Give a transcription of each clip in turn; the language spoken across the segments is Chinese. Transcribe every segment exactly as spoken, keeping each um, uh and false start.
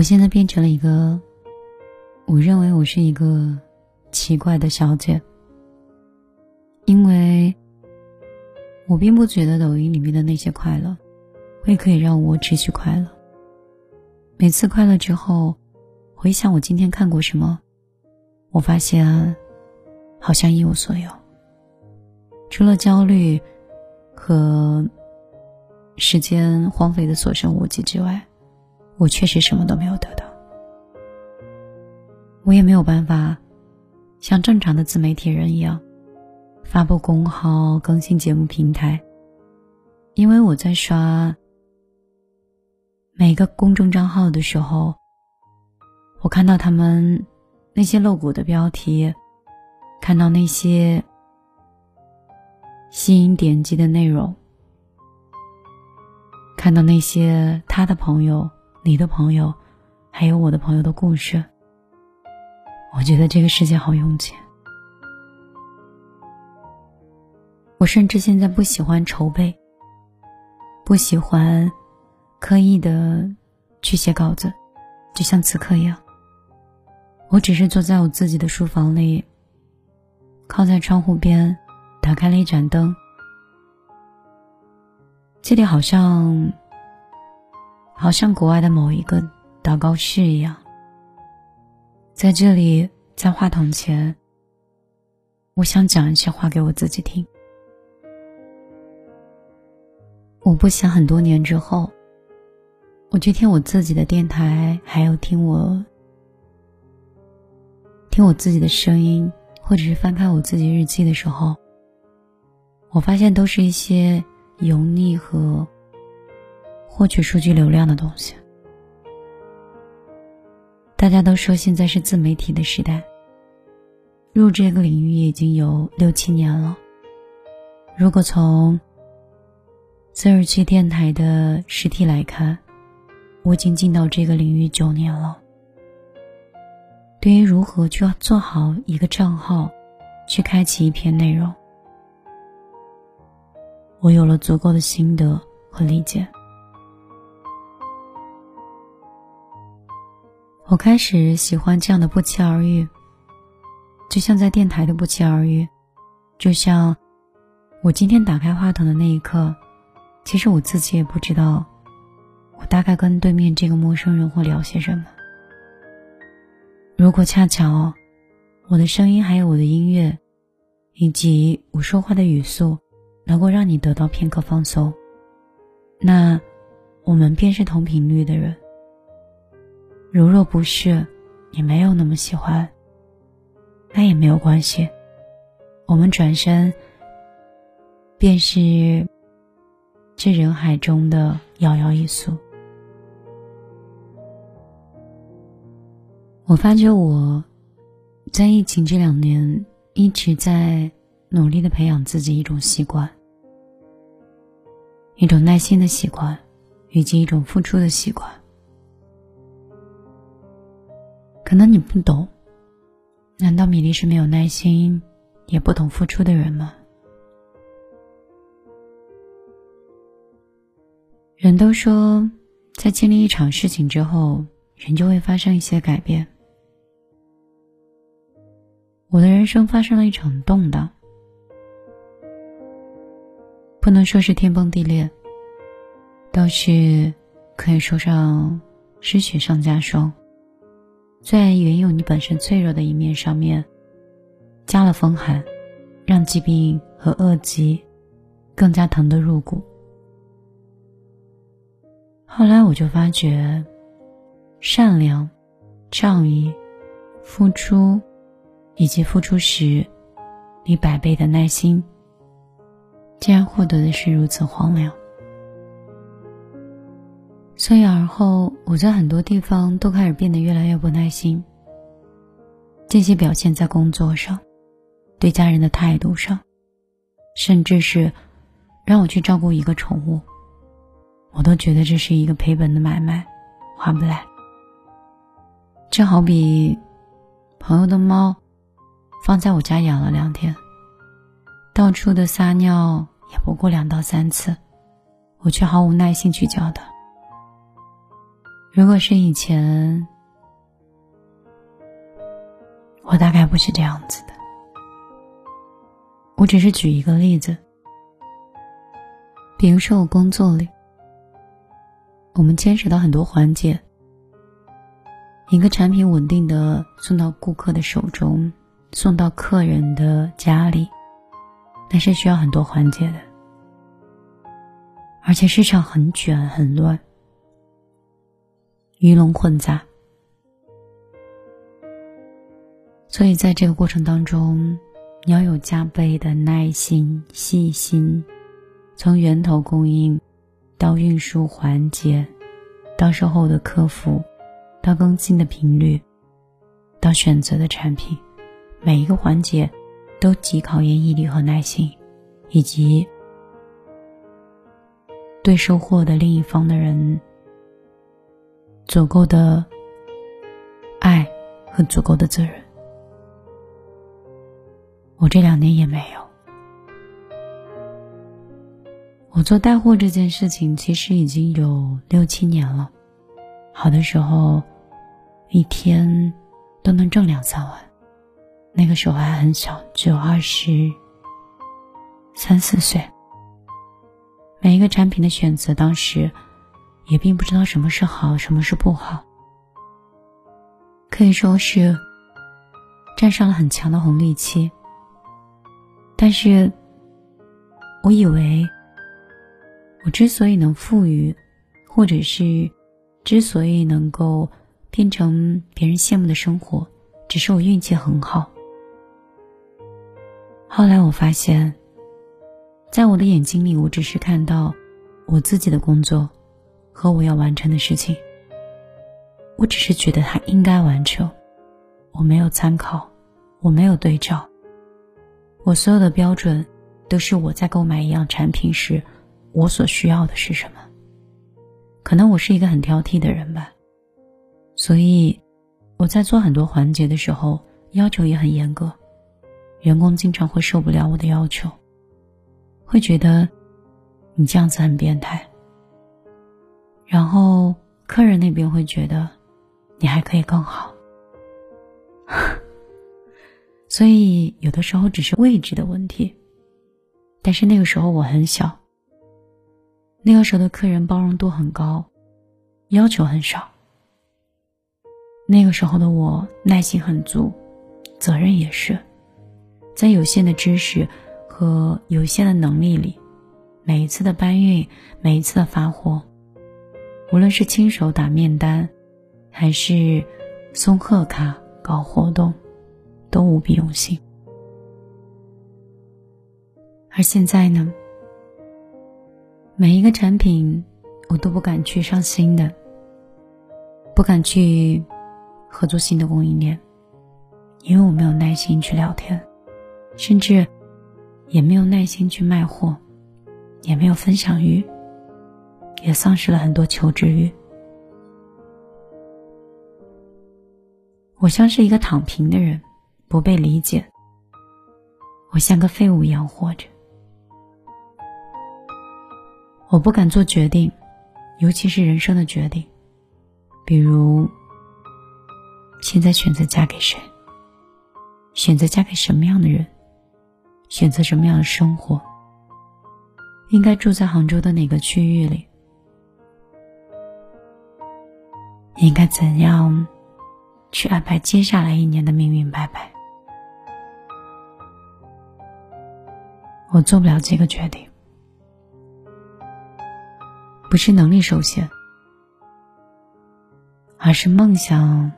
我现在变成了一个，我认为我是一个奇怪的小姐，因为我并不觉得抖音里面的那些快乐会可以让我持续快乐。每次快乐之后，回想我今天看过什么，我发现好像一无所有，除了焦虑和时间荒废的所剩无几之外，我确实什么都没有得到。我也没有办法像正常的自媒体人一样发布公号更新节目平台，因为我在刷每个公众账号的时候，我看到他们那些露骨的标题，看到那些吸引点击的内容，看到那些他的朋友、你的朋友还有我的朋友的故事，我觉得这个世界好拥挤。我甚至现在不喜欢筹备，不喜欢刻意的去写稿子，就像此刻一样，我只是坐在我自己的书房里，靠在窗户边，打开了一盏灯。这里好像好像国外的某一个祷告室一样，在这里，在话筒前，我想讲一些话给我自己听。我不想很多年之后，我去听我自己的电台，还有听我听我自己的声音，或者是翻开我自己日记的时候，我发现都是一些油腻和获取数据流量的东西。大家都说现在是自媒体的时代，入这个领域已经有六七年了。如果从自日区电台的实体来看，我已经进到这个领域九年了。对于如何去做好一个账号，去开启一篇内容，我有了足够的心得和理解。我开始喜欢这样的不期而遇，就像在电台的不期而遇，就像我今天打开话筒的那一刻，其实我自己也不知道我大概跟对面这个陌生人会聊些什么。如果恰巧我的声音还有我的音乐以及我说话的语速能够让你得到片刻放松，那我们便是同频率的人。如若不是，也没有那么喜欢，那也没有关系，我们转身便是这人海中的遥遥一粟。我发觉我在疫情这两年一直在努力地培养自己一种习惯，一种耐心的习惯，以及一种付出的习惯。可能你不懂，难道米粒是没有耐心也不懂付出的人吗？人都说在经历一场事情之后，人就会发生一些改变。我的人生发生了一场动荡，不能说是天崩地裂，倒是可以说上是雪上加霜，在原有你本身脆弱的一面上面加了风寒，让疾病和恶疾更加疼得入骨。后来我就发觉，善良、仗义、付出以及付出时你百倍的耐心，竟然获得的是如此荒凉。所以而后，我在很多地方都开始变得越来越不耐心，这些表现在工作上，对家人的态度上，甚至是让我去照顾一个宠物，我都觉得这是一个赔本的买卖，划不来。就好比朋友的猫放在我家养了两天，到处的撒尿也不过两到三次，我却毫无耐心去教它。 如果是以前，我大概不是这样子的。我只是举一个例子，比如说我工作里，我们牵扯到很多环节，一个产品稳定的送到顾客的手中，送到客人的家里，那是需要很多环节的，而且市场很卷很乱，鱼龙混杂，所以在这个过程当中，你要有加倍的耐心细心，从源头供应到运输环节，到售后的客服，到更新的频率，到选择的产品，每一个环节都极考验毅力和耐心，以及对收获的另一方的人足够的爱和足够的责任。我这两年也没有。我做带货这件事情其实已经有六七年了，好的时候一天都能挣两三万，那个时候还很小，只有二十三四岁。每一个产品的选择当时也并不知道什么是好，什么是不好，可以说是站上了很强的红利期。但是我以为我之所以能富裕，或者是之所以能够变成别人羡慕的生活，只是我运气很好。后来我发现，在我的眼睛里，我只是看到我自己的工作和我要完成的事情，我只是觉得它应该完成，我没有参考，我没有对照，我所有的标准都是我在购买一样产品时我所需要的是什么。可能我是一个很挑剔的人吧，所以我在做很多环节的时候要求也很严格，员工经常会受不了我的要求，会觉得你这样子很变态，然后客人那边会觉得你还可以更好。所以有的时候只是位置的问题，但是那个时候我很小，那个时候的客人包容度很高，要求很少，那个时候的我耐心很足，责任也是，在有限的知识和有限的能力里，每一次的搬运，每一次的发货，无论是亲手打面单还是送贺卡搞活动，都无比用心。而现在呢，每一个产品我都不敢去上新的，不敢去合作新的供应链，因为我没有耐心去聊天，甚至也没有耐心去卖货，也没有分享欲，也丧失了很多求知欲。我像是一个躺平的人，不被理解，我像个废物一样活着。我不敢做决定，尤其是人生的决定，比如现在选择嫁给谁，选择嫁给什么样的人，选择什么样的生活，应该住在杭州的哪个区域里，应该怎样去安排接下来一年的明明白白。我做不了这个决定，不是能力受限，而是梦想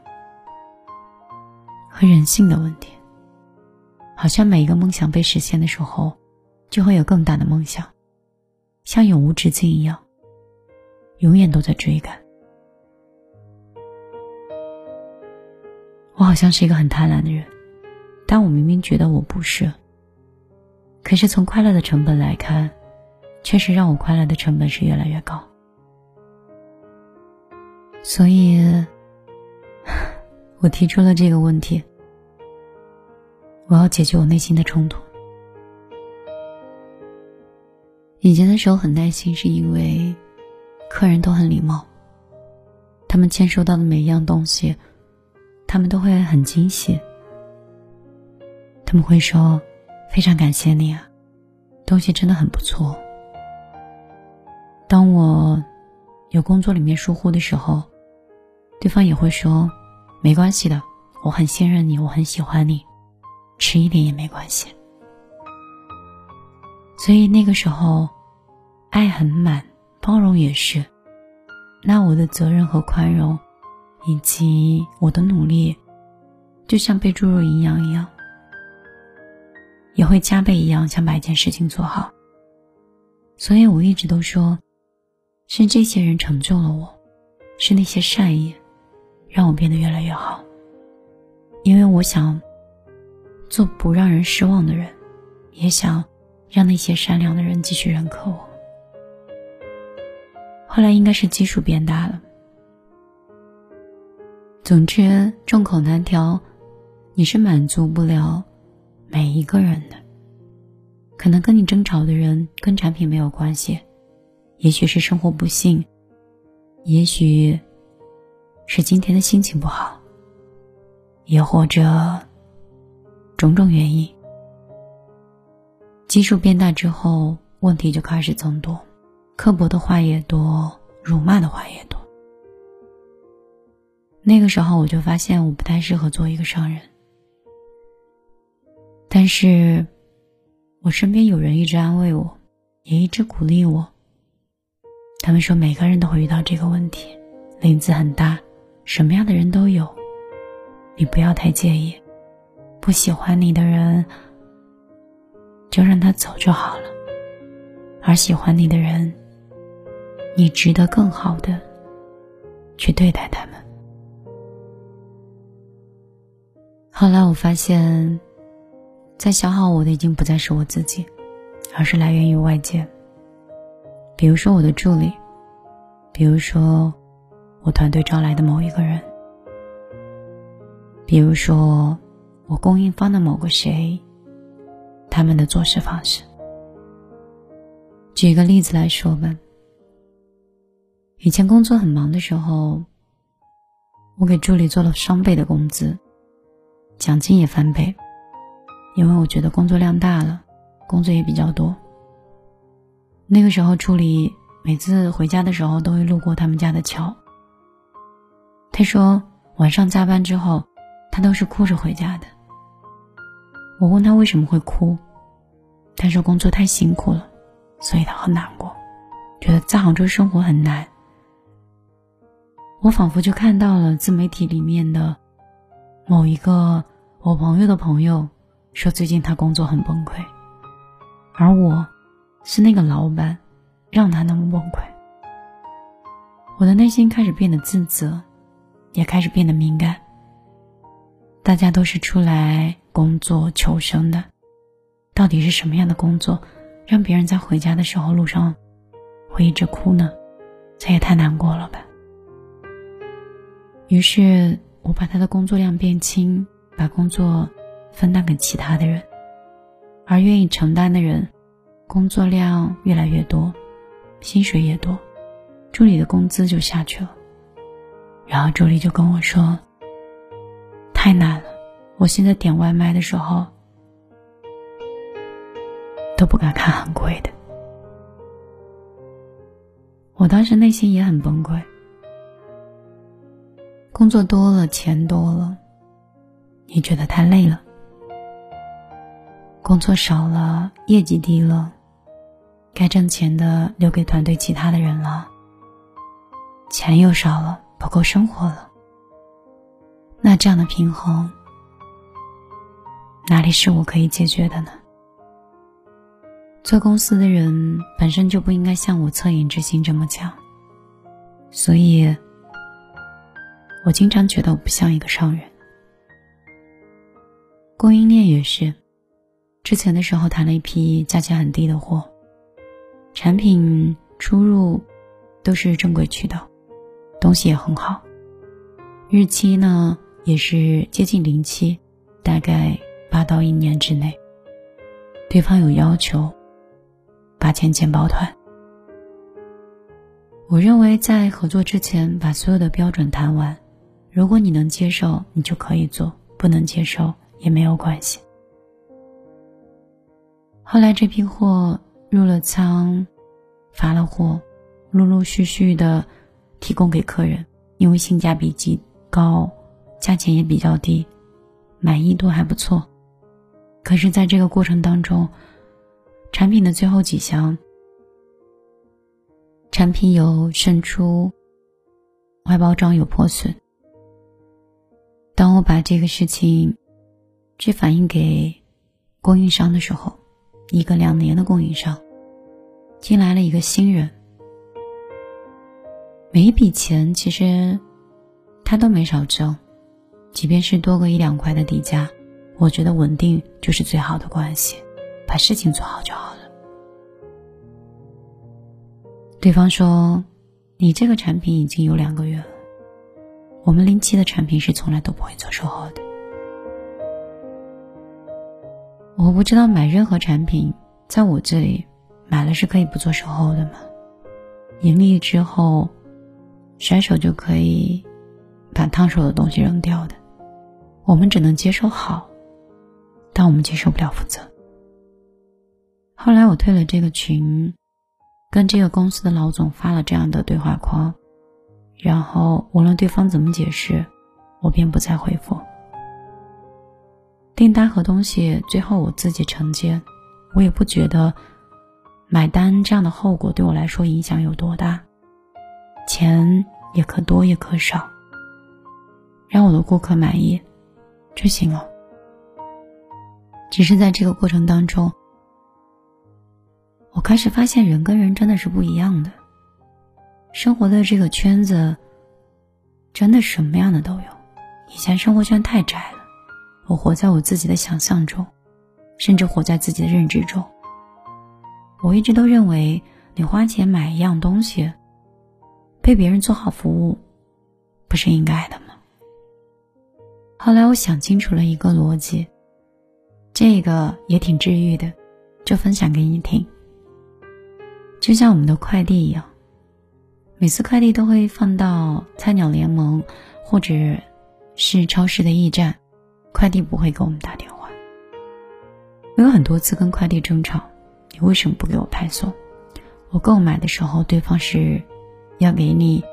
和人性的问题。好像每一个梦想被实现的时候，就会有更大的梦想，像永无止境一样，永远都在追赶。我好像是一个很贪婪的人，但我明明觉得我不是，可是从快乐的成本来看，确实让我快乐的成本是越来越高。所以我提出了这个问题，我要解决我内心的冲突。以前的时候很耐心，是因为客人都很礼貌， 他们签收到的每一样东西，他们都会很惊喜。他们会说非常感谢你啊，东西真的很不错。当我有工作里面疏忽的时候，对方也会说没关系的，我很信任你，我很喜欢你，迟一点也没关系。所以那个时候爱很满，包容也是。那我的责任和宽容以及我的努力就像被注入营养一样，也会加倍一样想把一件事情做好。所以我一直都说是这些人成就了我，是那些善意让我变得越来越好。因为我想做不让人失望的人，也想让那些善良的人继续认可我。后来应该是基数变大了。总之众口难调，你是满足不了每一个人的。可能跟你争吵的人跟产品没有关系，也许是生活不幸，也许是今天的心情不好，也或者种种原因。基数变大之后，问题就开始增多，刻薄的话也多，辱骂的话也多。那个时候我就发现我不太适合做一个商人。但是我身边有人一直安慰我，也一直鼓励我。他们说每个人都会遇到这个问题，林子很大，什么样的人都有，你不要太介意，不喜欢你的人就让他走就好了，而喜欢你的人，你值得更好的去对待他们。后来我发现在消耗我的已经不再是我自己，而是来源于外界。比如说我的助理，比如说我团队招来的某一个人，比如说我供应方的某个谁，他们的做事方式。举一个例子来说吧，以前工作很忙的时候，我给助理做了双倍的工资，奖金也翻倍，因为我觉得工作量大了，工作也比较多。那个时候助理每次回家的时候都会路过他们家的桥，他说晚上加班之后他都是哭着回家的。我问他为什么会哭，他说工作太辛苦了，所以他很难过，觉得在杭州生活很难。我仿佛就看到了自媒体里面的某一个我朋友的朋友说最近他工作很崩溃，而我是那个老板让他那么崩溃。我的内心开始变得自责，也开始变得敏感。大家都是出来工作求生的，到底是什么样的工作让别人在回家的时候路上会一直哭呢？这也太难过了吧。于是我把他的工作量变轻，把工作分担给其他的人，而愿意承担的人工作量越来越多，薪水也多，助理的工资就下去了。然后助理就跟我说，太难了，我现在点外卖的时候都不敢看很贵的。我当时内心也很崩溃，工作多了，钱多了，你觉得太累了；工作少了，业绩低了，该挣钱的留给团队其他的人了，钱又少了，不够生活了。那这样的平衡，哪里是我可以解决的呢？做公司的人本身就不应该像我恻隐之心这么强，所以我经常觉得我不像一个商人。供应链也是，之前的时候谈了一批价钱很低的货，产品出入都是正规渠道，东西也很好，日期呢也是接近临期，大概八到一年之内。对方有要求，八千件抱团。 我认为在合作之前把所有的标准谈完，如果你能接受你就可以做，不能接受也没有关系。后来这批货入了仓，发了货，陆陆续续的提供给客人，因为性价比极高，价钱也比较低，满意度还不错。可是在这个过程当中，产品的最后几项，产品有渗出，外包装有破损。当我把这个事情去反映给供应商的时候，一个两年的供应商进来了一个新人，每一笔钱其实他都没少挣，即便是多个一两块的底价，我觉得稳定就是最好的关系，把事情做好就好了。对方说，你这个产品已经有两个月了，我们零七的产品是从来都不会做售后的。我不知道买任何产品在我这里买了是可以不做售后的吗？盈利之后甩手就可以把烫手的东西扔掉的，我们只能接受好，但我们接受不了负责。后来我退了这个群，跟这个公司的老总发了这样的对话框，然后无论对方怎么解释，我便不再回复。订单和东西最后我自己承接，我也不觉得买单这样的后果对我来说影响有多大，钱也可多也可少，让我的顾客满意就行了。只是在这个过程当中，我开始发现人跟人真的是不一样的，生活的这个圈子真的什么样的都有。以前生活圈太窄了，我活在我自己的想象中，甚至活在自己的认知中。我一直都认为你花钱买一样东西，被别人做好服务不是应该的吗？后来我想清楚了一个逻辑，这个也挺治愈的，就分享给你听。就像我们的快递一样，每次快递都会放到菜鸟联盟或者是超市的驿站，快递不会给我们打电话。我有很多次跟快递争吵，你为什么不给我派送？我购买的时候对方是要给你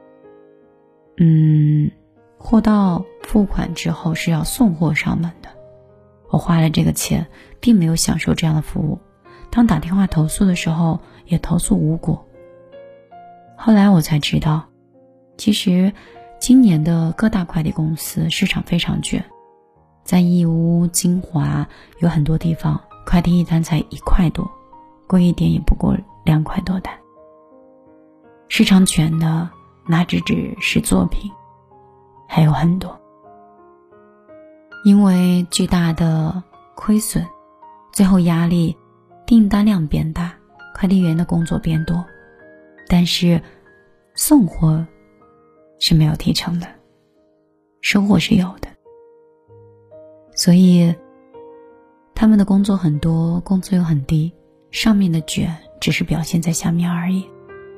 嗯，货到付款之后是要送货上门的，我花了这个钱并没有享受这样的服务，当打电话投诉的时候也投诉无果。后来我才知道，其实今年的各大快递公司市场非常卷，在义乌、金华有很多地方快递一单才一块多，贵一点也不过两块多单。市场卷的哪只只是作品，还有很多。因为巨大的亏损，最后压力，订单量变大，快递员的工作变多，但是送货是没有提成的，收获是有的。所以他们的工作很多，工资又很低，上面的卷只是表现在下面而已。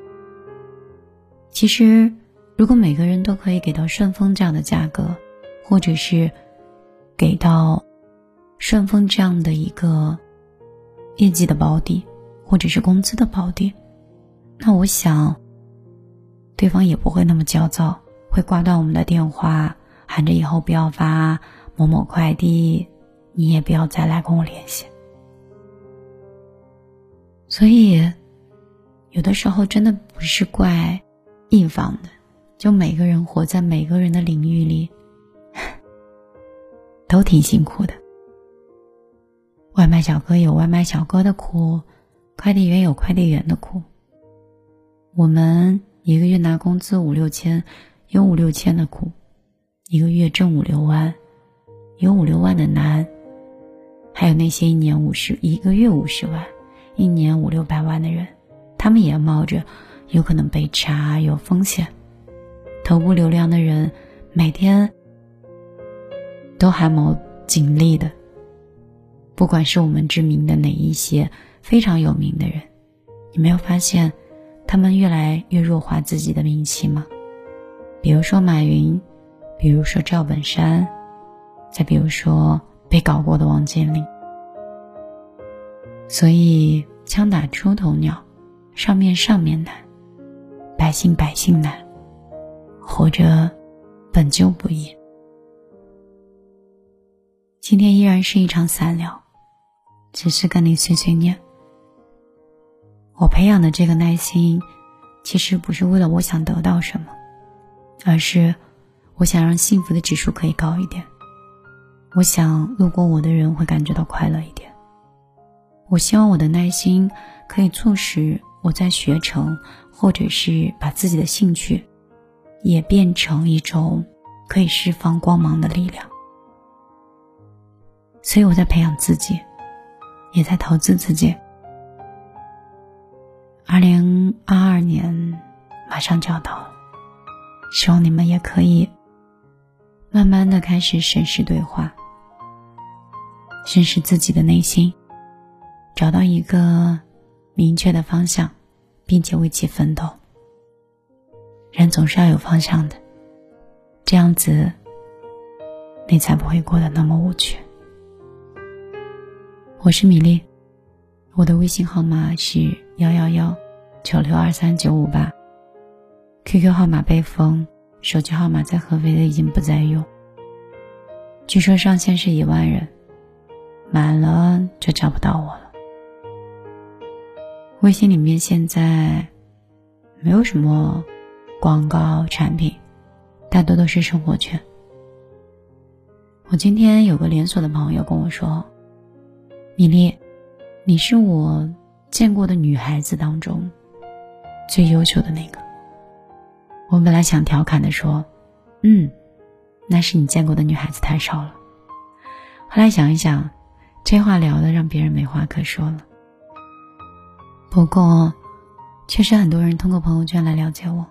其实如果每个人都可以给到顺丰这样的价格，或者是给到顺丰这样的一个业绩的保底，或者是工资的保底，那我想对方也不会那么焦躁，会挂断我们的电话，喊着以后不要发某某快递，你也不要再来跟我联系。所以有的时候真的不是怪一方的，就每个人活在每个人的领域里都挺辛苦的。外卖小哥有外卖小哥的苦，快递员有快递员的苦。我们一个月拿工资五六千，有五六千的苦，一个月挣五六万，有五六万的难，还有那些一年五十，一个月五十万，一年五六百万的人，他们也冒着有可能被查，有风险。头部流量的人每天都汗毛紧立的，不管是我们知名的哪一些非常有名的人，你没有发现他们越来越弱化自己的名气吗？比如说马云，比如说赵本山，再比如说被搞过的王健林。所以枪打出头鸟，上面上面难，百姓百姓难，活着本就不易。今天依然是一场散聊，只是跟你碎碎念。我培养的这个耐心，其实不是为了我想得到什么，而是我想让幸福的指数可以高一点，我想路过我的人会感觉到快乐一点。我希望我的耐心可以促使我在学成，或者是把自己的兴趣也变成一种可以释放光芒的力量。所以我在培养自己，也在投资自己。二零二二年马上就要到了，希望你们也可以慢慢的开始审视对话，审视自己的内心，找到一个明确的方向，并且为其奋斗。人总是要有方向的，这样子你才不会过得那么无趣。我是米粒，我的微信号码是幺幺幺九六二三九五八 ，Q Q 号码被封，手机号码在合肥的已经不再用。据说上限是一万人，满了就找不到我了。微信里面现在没有什么广告产品，大多都是生活圈。我今天有个连锁的朋友跟我说，米粒，你是我见过的女孩子当中最优秀的那个。我本来想调侃的说，嗯，那是你见过的女孩子太少了。后来想一想，这话聊的让别人没话可说了。不过确实很多人通过朋友圈来了解我。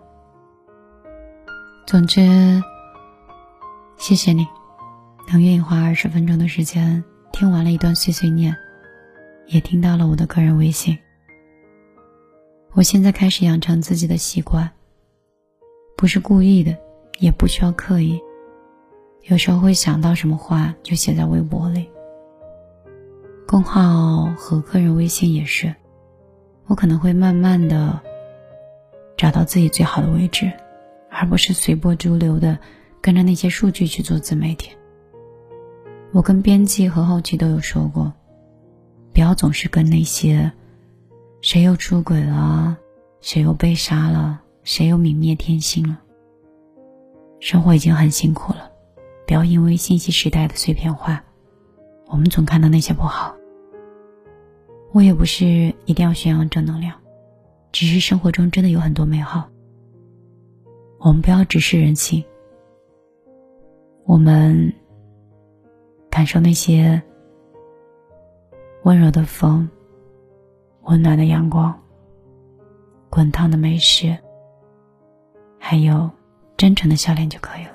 总之谢谢你能愿意花二十分钟的时间听完了一段碎碎念，也听到了我的个人微信。我现在开始养成自己的习惯，不是故意的，也不需要刻意，有时候会想到什么话就写在微博里。公号和个人微信也是，我可能会慢慢的找到自己最好的位置，而不是随波逐流的跟着那些数据去做自媒体。我跟编辑和后期都有说过，不要总是跟那些谁又出轨了，谁又被杀了，谁又泯灭天性了。生活已经很辛苦了，不要因为信息时代的碎片化，我们总看到那些不好。我也不是一定要宣扬正能量，只是生活中真的有很多美好。我们不要直视人性，我们感受那些温柔的风，温暖的阳光，滚烫的美食，还有真诚的笑脸就可以了。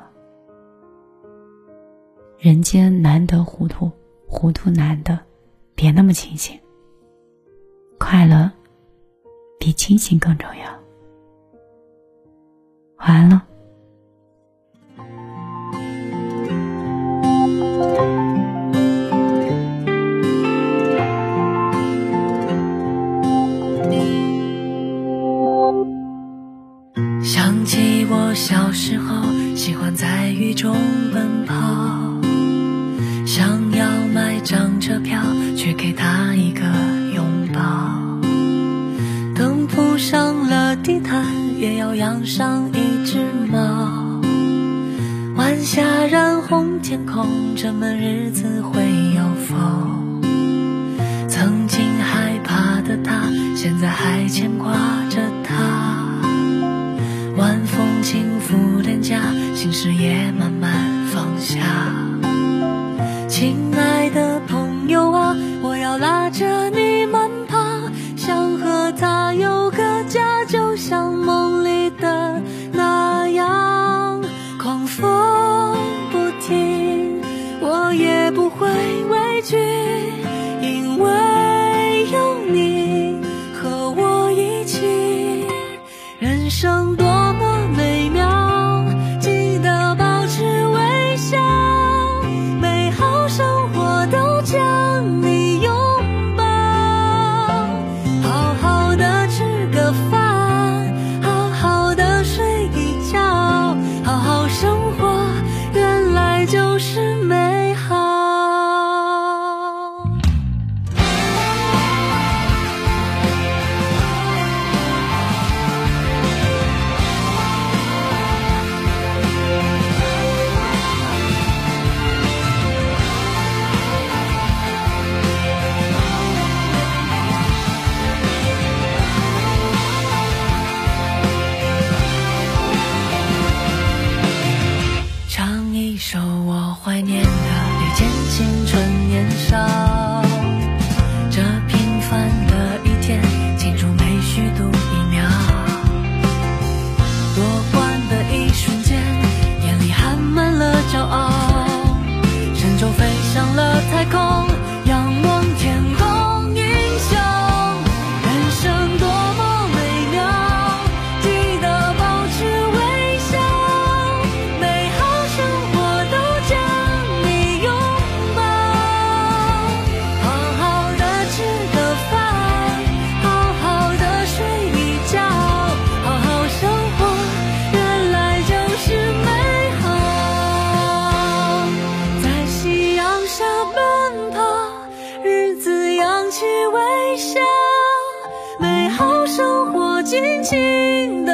人间难得糊涂，糊涂难得，别那么清醒。快乐比清醒更重要。晚安了。 想起我小时候喜欢在雨中奔跑，想要买张车票去给他一个拥抱，等铺上了地毯也要养上一只猫，晚霞染红天空，这么日子会有风，曾经害怕的他现在还牵挂着他，晚风轻拂脸颊，心事也慢慢放下。亲爱的朋友啊，我要拉着你慢跑，想和他有个家，就像梦里的那样。狂风不停，我也不会畏惧，因为有你和我一起人生多么美妙，记得保持微笑，美好生活都将你拥抱。好好的吃个饭，好好的睡一觉，好好生活原来就是美好。唱一首我怀念的遇见青春年少，这平凡的一天庆祝每虚度一秒，夺冠的一瞬间眼里含满了骄傲，神舟飞向了太空，仰望天空英雄，人生多么美妙，记得保持微笑，美好生活都将你拥抱。好好的吃个饭，好好的睡一觉，好好生活原来就是美好。在夕阳下奔跑，日子扬起微笑，美好生活静静